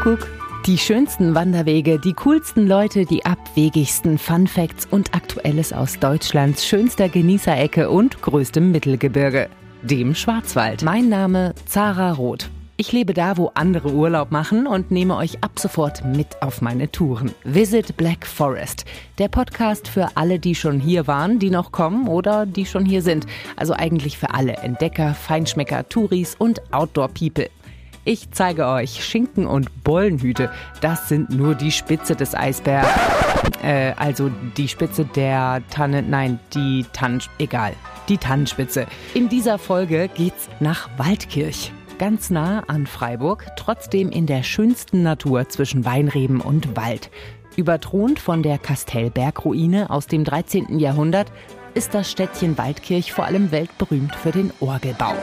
Kuckuck. Die schönsten Wanderwege, die coolsten Leute, die abwegigsten Funfacts und Aktuelles aus Deutschlands schönster Genießerecke und größtem Mittelgebirge, dem Schwarzwald. Mein Name Zara Roth. Ich lebe da, wo andere Urlaub machen und nehme euch ab sofort mit auf meine Touren. Visit Black Forest, der Podcast für alle, die schon hier waren, die noch kommen oder die schon hier sind. Also eigentlich für alle Entdecker, Feinschmecker, Touris und Outdoor-People. Ich zeige euch Schinken und Bollenhüte. Das sind nur die Spitze des Eisbergs. Also die Spitze der Tanne, nein, die Tannenspitze. In dieser Folge geht's nach Waldkirch. Ganz nah an Freiburg, trotzdem in der schönsten Natur zwischen Weinreben und Wald. Überthront von der Kastellbergruine aus dem 13. Jahrhundert ist das Städtchen Waldkirch vor allem weltberühmt für den Orgelbau.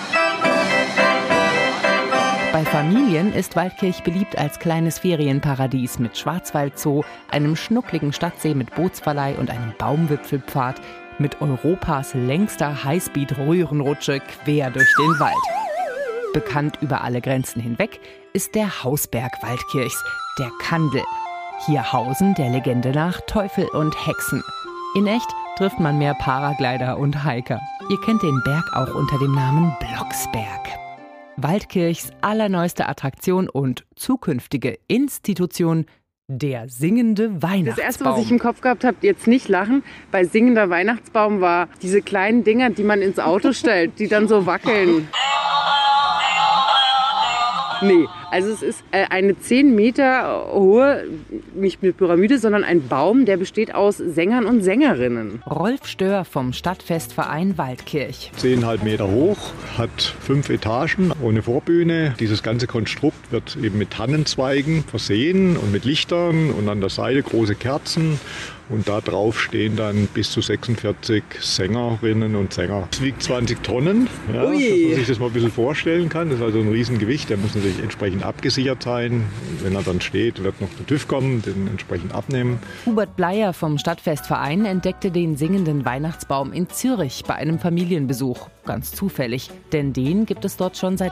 Bei Familien ist Waldkirch beliebt als kleines Ferienparadies mit Schwarzwaldzoo, einem schnuckligen Stadtsee mit Bootsverleih und einem Baumwipfelpfad mit Europas längster Highspeed-Röhrenrutsche quer durch den Wald. Bekannt über alle Grenzen hinweg ist der Hausberg Waldkirchs, der Kandel. Hier hausen der Legende nach Teufel und Hexen. In echt trifft man mehr Paraglider und Hiker. Ihr kennt den Berg auch unter dem Namen Blocksberg. Waldkirchs allerneueste Attraktion und zukünftige Institution, der singende Weihnachtsbaum. Das erste, was ich im Kopf gehabt habe, jetzt nicht lachen, bei singender Weihnachtsbaum war diese kleinen Dinger, die man ins Auto stellt, die dann so wackeln. Nee, also es ist eine 10 Meter hohe, nicht eine Pyramide, sondern ein Baum, der besteht aus Sängern und Sängerinnen. Rolf Stör vom Stadtfestverein Waldkirch. 10,5 Meter hoch, hat 5 Etagen ohne Vorbühne. Dieses ganze Konstrukt wird eben mit Tannenzweigen versehen und mit Lichtern und an der Seite große Kerzen. Und da drauf stehen dann bis zu 46 Sängerinnen und Sänger. Es wiegt 20 Tonnen, ja, dass man sich das mal ein bisschen vorstellen kann. Das ist also ein Riesengewicht, der muss natürlich entsprechend abgesichert sein. Wenn er dann steht, wird noch der TÜV kommen, den entsprechend abnehmen. Hubert Bleier vom Stadtfestverein entdeckte den singenden Weihnachtsbaum in Zürich bei einem Familienbesuch. Ganz zufällig, denn den gibt es dort schon seit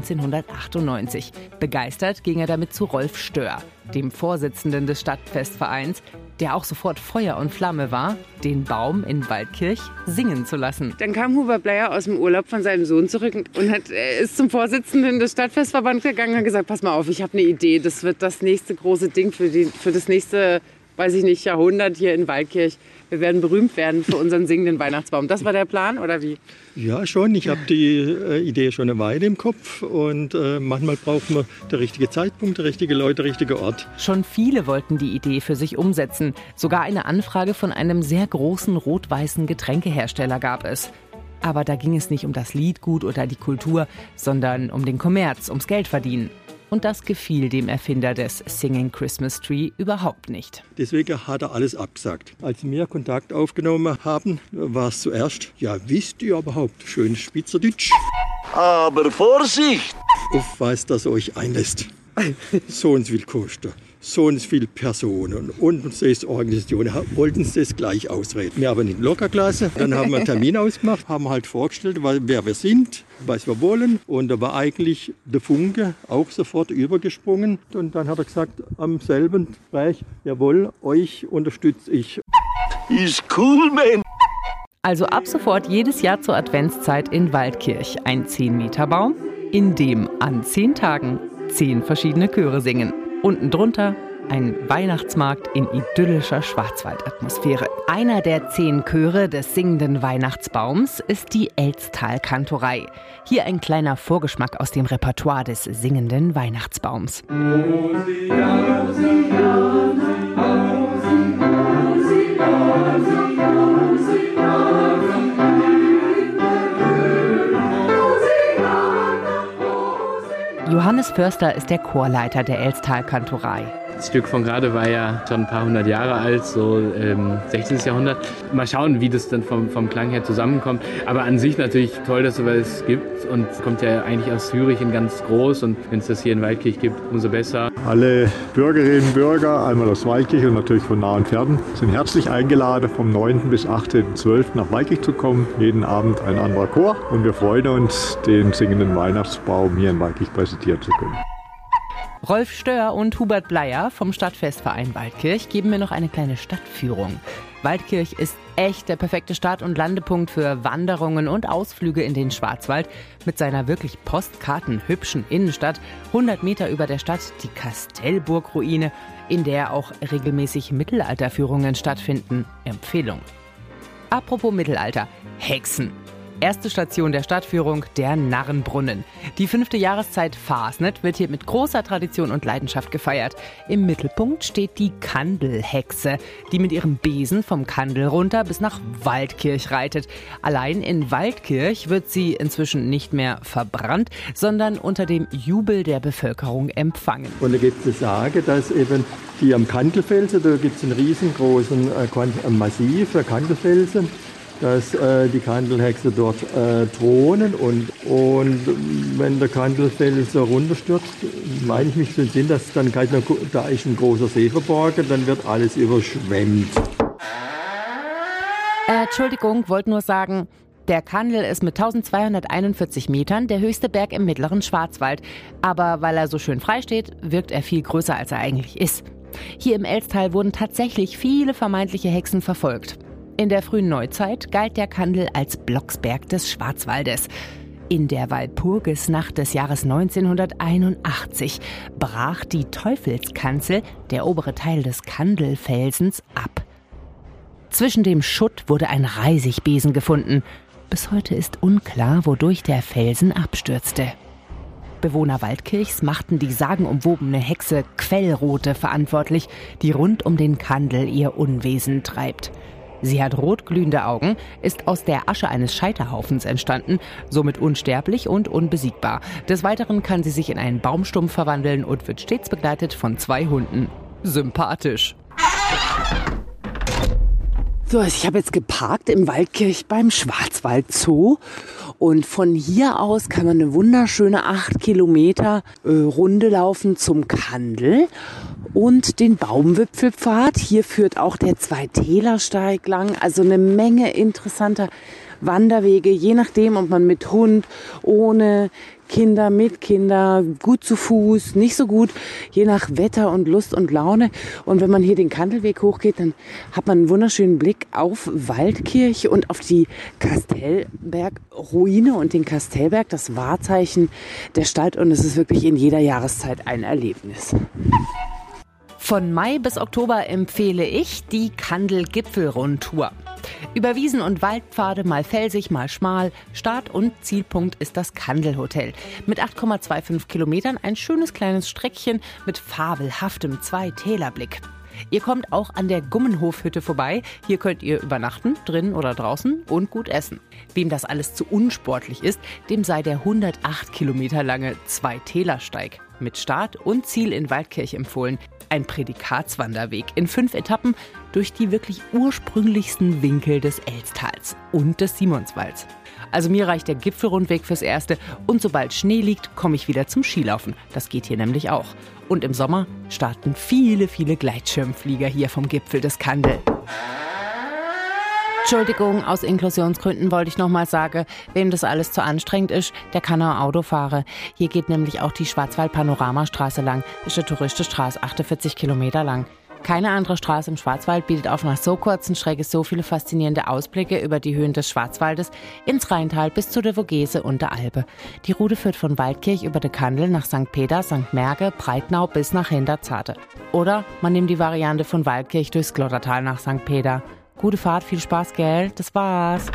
1998. Begeistert ging er damit zu Rolf Stör, dem Vorsitzenden des Stadtfestvereins, der auch sofort Feuer und Flamme war, den Baum in Waldkirch singen zu lassen. Dann kam Hubert Bleier aus dem Urlaub von seinem Sohn zurück und ist zum Vorsitzenden des Stadtfestverbands gegangen und hat gesagt, pass mal auf, ich habe eine Idee, das wird das nächste große Ding für das nächste, weiß ich nicht, Jahrhundert hier in Waldkirch. Wir werden berühmt werden für unseren singenden Weihnachtsbaum. Das war der Plan, oder wie? Ja, schon. Ich habe die Idee schon eine Weile im Kopf. Und manchmal braucht man den richtigen Zeitpunkt, der richtige Leute, der richtige Ort. Schon viele wollten die Idee für sich umsetzen. Sogar eine Anfrage von einem sehr großen rot-weißen Getränkehersteller gab es. Aber da ging es nicht um das Liedgut oder die Kultur, sondern um den Kommerz, ums Geldverdienen. Und das gefiel dem Erfinder des Singing Christmas Tree überhaupt nicht. Deswegen hat er alles abgesagt. Als wir Kontakt aufgenommen haben, war es zuerst, ja, wisst ihr überhaupt, schönes Schweizerdeutsch. Aber Vorsicht! Auf was das euch einlässt. So und so viel kosten. So und so viele Personen und sechs Organisationen wollten sie das gleich ausreden. Wir haben ihn locker gelassen. Dann haben wir einen Termin ausgemacht, haben halt vorgestellt, wer wir sind, was wir wollen. Und da war eigentlich der Funke auch sofort übergesprungen. Und dann hat er gesagt, am selben Gespräch, jawohl, euch unterstütze ich. Ist cool, man! Also ab sofort jedes Jahr zur Adventszeit in Waldkirch ein 10-Meter-Baum, in dem an 10 Tagen 10 verschiedene Chöre singen. Unten drunter ein Weihnachtsmarkt in idyllischer Schwarzwaldatmosphäre. Einer der 10 Chöre des singenden Weihnachtsbaums ist die Elztal-Kantorei. Hier ein kleiner Vorgeschmack aus dem Repertoire des singenden Weihnachtsbaums. Johannes Förster ist der Chorleiter der Elztal-Kantorei. Das Stück von gerade war ja schon ein paar hundert Jahre alt, so 16. Jahrhundert. Mal schauen, wie das dann vom Klang her zusammenkommt. Aber an sich natürlich toll, dass es sowas gibt und kommt ja eigentlich aus Zürich in ganz groß. Und wenn es das hier in Waldkirch gibt, umso besser. Alle Bürgerinnen und Bürger, einmal aus Waldkirch und natürlich von nah und fern, sind herzlich eingeladen, vom 9. bis 18.12. nach Waldkirch zu kommen. Jeden Abend ein anderer Chor. Und wir freuen uns, den singenden Weihnachtsbaum hier in Waldkirch präsentieren zu können. Rolf Stör und Hubert Bleier vom Stadtfestverein Waldkirch geben mir noch eine kleine Stadtführung. Waldkirch ist echt der perfekte Start- und Landepunkt für Wanderungen und Ausflüge in den Schwarzwald. Mit seiner wirklich postkartenhübschen Innenstadt, 100 Meter über der Stadt die Kastellburg-Ruine, in der auch regelmäßig Mittelalterführungen stattfinden. Empfehlung. Apropos Mittelalter, Hexen. Erste Station der Stadtführung, der Narrenbrunnen. Die 5. Jahreszeit Fasnet wird hier mit großer Tradition und Leidenschaft gefeiert. Im Mittelpunkt steht die Kandelhexe, die mit ihrem Besen vom Kandel runter bis nach Waldkirch reitet. Allein in Waldkirch wird sie inzwischen nicht mehr verbrannt, sondern unter dem Jubel der Bevölkerung empfangen. Und da gibt es Sage, dass eben hier am Kandelfelsen, da gibt es einen riesengroßen Massiv der Kandelfelsen, dass die Kandelhexe dort thronen und wenn der Kandelfelsen runterstürzt, meine ich mich zu entsinnen, dass dann da ist ein großer See verborgen, dann wird alles überschwemmt. Entschuldigung, wollte nur sagen, der Kandel ist mit 1241 Metern der höchste Berg im mittleren Schwarzwald. Aber weil er so schön frei steht, wirkt er viel größer, als er eigentlich ist. Hier im Elztal wurden tatsächlich viele vermeintliche Hexen verfolgt. In der frühen Neuzeit galt der Kandel als Blocksberg des Schwarzwaldes. In der Walpurgisnacht des Jahres 1981 brach die Teufelskanzel, der obere Teil des Kandelfelsens, ab. Zwischen dem Schutt wurde ein Reisigbesen gefunden. Bis heute ist unklar, wodurch der Felsen abstürzte. Bewohner Waldkirchs machten die sagenumwobene Hexe Quellrote verantwortlich, die rund um den Kandel ihr Unwesen treibt. Sie hat rotglühende Augen, ist aus der Asche eines Scheiterhaufens entstanden, somit unsterblich und unbesiegbar. Des Weiteren kann sie sich in einen Baumstumpf verwandeln und wird stets begleitet von 2 Hunden. Sympathisch. So, ich habe jetzt geparkt im Waldkirch beim Schwarzwald-Zoo und von hier aus kann man eine wunderschöne 8 Kilometer Runde laufen zum Kandel und den Baumwipfelpfad. Hier führt auch der Zwei-Täler-Steig lang, also eine Menge interessanter Wanderwege, je nachdem, ob man mit Hund, ohne Kinder, mit Kinder, gut zu Fuß, nicht so gut, je nach Wetter und Lust und Laune. Und wenn man hier den Kandelweg hochgeht, dann hat man einen wunderschönen Blick auf Waldkirch und auf die Kastellberg-Ruine und den Kastellberg, das Wahrzeichen der Stadt. Und es ist wirklich in jeder Jahreszeit ein Erlebnis. Von Mai bis Oktober empfehle ich die Kandel-Gipfelrundtour. Über Wiesen und Waldpfade, mal felsig, mal schmal. Start- und Zielpunkt ist das Kandelhotel. Mit 8,25 Kilometern ein schönes kleines Streckchen mit fabelhaftem Zwei-Täler-Blick. Ihr kommt auch an der Gummenhofhütte vorbei. Hier könnt ihr übernachten, drinnen oder draußen, und gut essen. Wem das alles zu unsportlich ist, dem sei der 108 Kilometer lange Zwei-Täler-Steig mit Start und Ziel in Waldkirch empfohlen. Ein Prädikatswanderweg in 5 Etappen durch die wirklich ursprünglichsten Winkel des Elztals und des Simonswalds. Also mir reicht der Gipfelrundweg fürs Erste und sobald Schnee liegt, komme ich wieder zum Skilaufen. Das geht hier nämlich auch. Und im Sommer starten viele Gleitschirmflieger hier vom Gipfel des Kandel. Entschuldigung, aus Inklusionsgründen wollte ich nochmal sagen, wem das alles zu anstrengend ist, der kann auch Auto fahren. Hier geht nämlich auch die Schwarzwald-Panoramastraße lang. Ist eine Touristenstraße, 48 Kilometer lang. Keine andere Straße im Schwarzwald bietet auf nach so kurzen Strecke so viele faszinierende Ausblicke über die Höhen des Schwarzwaldes ins Rheintal bis zu der Vogese und der Alpe. Die Route führt von Waldkirch über den Kandel nach St. Peter, St. Merge, Breitnau bis nach Hinterzarten. Oder man nimmt die Variante von Waldkirch durchs Glottertal nach St. Peter. Gute Fahrt, viel Spaß, gell? Das war's.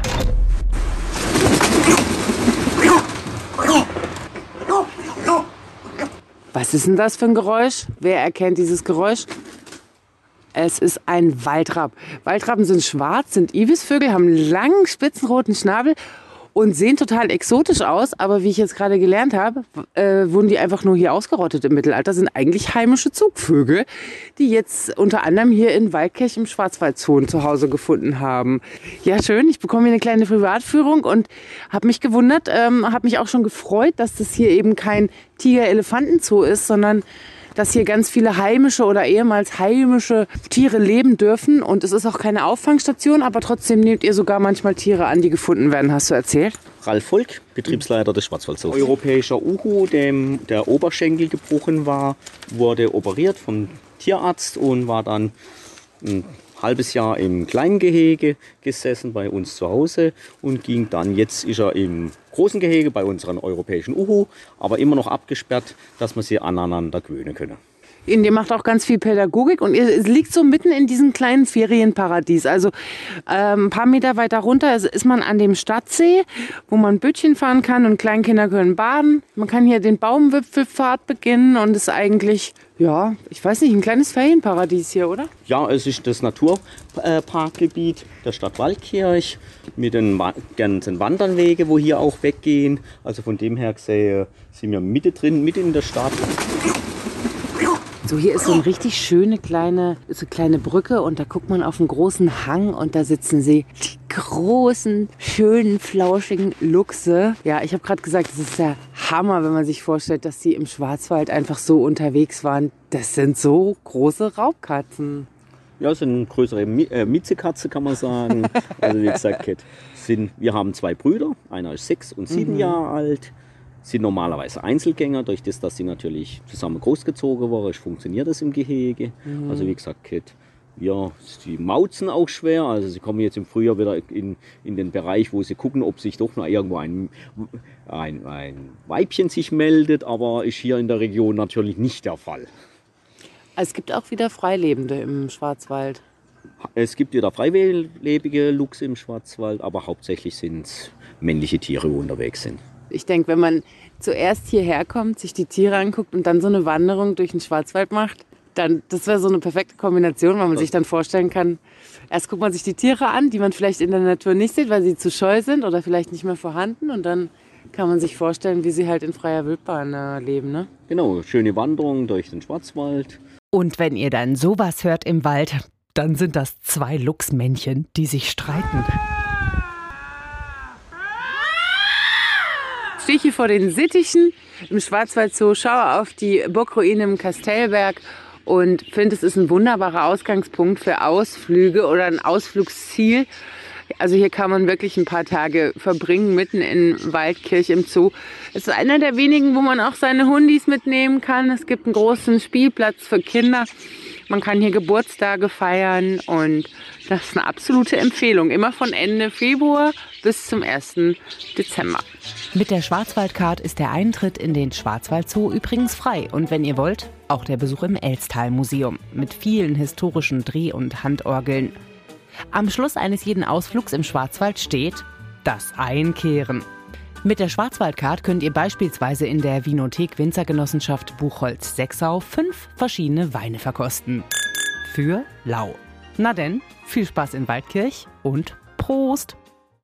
Was ist denn das für ein Geräusch? Wer erkennt dieses Geräusch? Es ist ein Waldrapp. Waldrappen sind schwarz, sind Ibisvögel, haben einen langen, spitzenroten Schnabel und sehen total exotisch aus. Aber wie ich jetzt gerade gelernt habe, wurden die einfach nur hier ausgerottet im Mittelalter. Sind eigentlich heimische Zugvögel, die jetzt unter anderem hier in Waldkirch im Schwarzwald-Zoo zu Hause gefunden haben. Ja, schön. Ich bekomme hier eine kleine Privatführung und habe mich gewundert, habe mich auch schon gefreut, dass das hier eben kein Tiger-Elefanten-Zoo ist, sondern dass hier ganz viele heimische oder ehemals heimische Tiere leben dürfen. Und es ist auch keine Auffangstation, aber trotzdem nehmt ihr sogar manchmal Tiere an, die gefunden werden, hast du erzählt? Ralf Volk, Betriebsleiter des Schwarzwaldzoos. Europäischer Uhu, dem der Oberschenkel gebrochen war, wurde operiert vom Tierarzt und war dann ein halbes Jahr im kleinen Gehege gesessen bei uns zu Hause und ging dann, jetzt ist er im großen Gehege bei unseren europäischen Uhu, aber immer noch abgesperrt, dass man sie aneinander gewöhnen können. Und ihr macht auch ganz viel Pädagogik und ihr liegt so mitten in diesem kleinen Ferienparadies. Also ein paar Meter weiter runter ist man an dem Stadtsee, wo man Bötchen fahren kann und Kleinkinder können baden. Man kann hier den Baumwipfelpfad beginnen und ist eigentlich, ja, ich weiß nicht, ein kleines Ferienparadies hier, oder? Ja, es ist das Naturparkgebiet der Stadt Waldkirch mit den ganzen Wanderwege, wo hier auch weggehen. Also von dem her gesehen sind wir mitten in der Stadt. So, hier ist so eine richtig schöne kleine Brücke und da guckt man auf einen großen Hang und da sitzen sie. Die großen, schönen, flauschigen Luchse. Ja, ich habe gerade gesagt, es ist der Hammer, wenn man sich vorstellt, dass die im Schwarzwald einfach so unterwegs waren. Das sind so große Raubkatzen. Ja, es sind eine größere Miezekatze, kann man sagen. Also wie gesagt, wir haben 2 Brüder. Einer ist 6 und 7 Jahre alt. Sind normalerweise Einzelgänger, durch das, dass sie natürlich zusammen großgezogen waren, funktioniert das im Gehege. Also wie gesagt, ja, sie mauzen auch schwer, also sie kommen jetzt im Frühjahr wieder in den Bereich, wo sie gucken, ob sich doch noch irgendwo ein Weibchen sich meldet, aber ist hier in der Region natürlich nicht der Fall. Es gibt auch wieder Freilebende im Schwarzwald. Es gibt wieder freilebige Luchse im Schwarzwald, aber hauptsächlich sind es männliche Tiere, die unterwegs sind. Ich denke, wenn man zuerst hierher kommt, sich die Tiere anguckt und dann so eine Wanderung durch den Schwarzwald macht, dann das wäre so eine perfekte Kombination, weil man sich dann vorstellen kann, erst guckt man sich die Tiere an, die man vielleicht in der Natur nicht sieht, weil sie zu scheu sind oder vielleicht nicht mehr vorhanden. Und dann kann man sich vorstellen, wie sie halt in freier Wildbahn leben. Ne? Genau, schöne Wanderung durch den Schwarzwald. Und wenn ihr dann sowas hört im Wald, dann sind das 2 Luchsmännchen, die sich streiten. Ich stehe hier vor den Sittichen im Schwarzwaldzoo, schaue auf die Burgruine im Kastellberg und finde, es ist ein wunderbarer Ausgangspunkt für Ausflüge oder ein Ausflugsziel. Also hier kann man wirklich ein paar Tage verbringen, mitten in Waldkirch im Zoo. Es ist einer der wenigen, wo man auch seine Hundis mitnehmen kann. Es gibt einen großen Spielplatz für Kinder. Man kann hier Geburtstage feiern und das ist eine absolute Empfehlung. Immer von Ende Februar bis zum 1. Dezember. Mit der Schwarzwaldcard ist der Eintritt in den Schwarzwaldzoo übrigens frei. Und wenn ihr wollt, auch der Besuch im Elstal-Museum mit vielen historischen Dreh- und Handorgeln. Am Schluss eines jeden Ausflugs im Schwarzwald steht das Einkehren. Mit der Schwarzwaldcard könnt ihr beispielsweise in der Winothek Winzergenossenschaft Buchholz-Sexau 5 verschiedene Weine verkosten. Für lau. Na denn, viel Spaß in Waldkirch und Prost!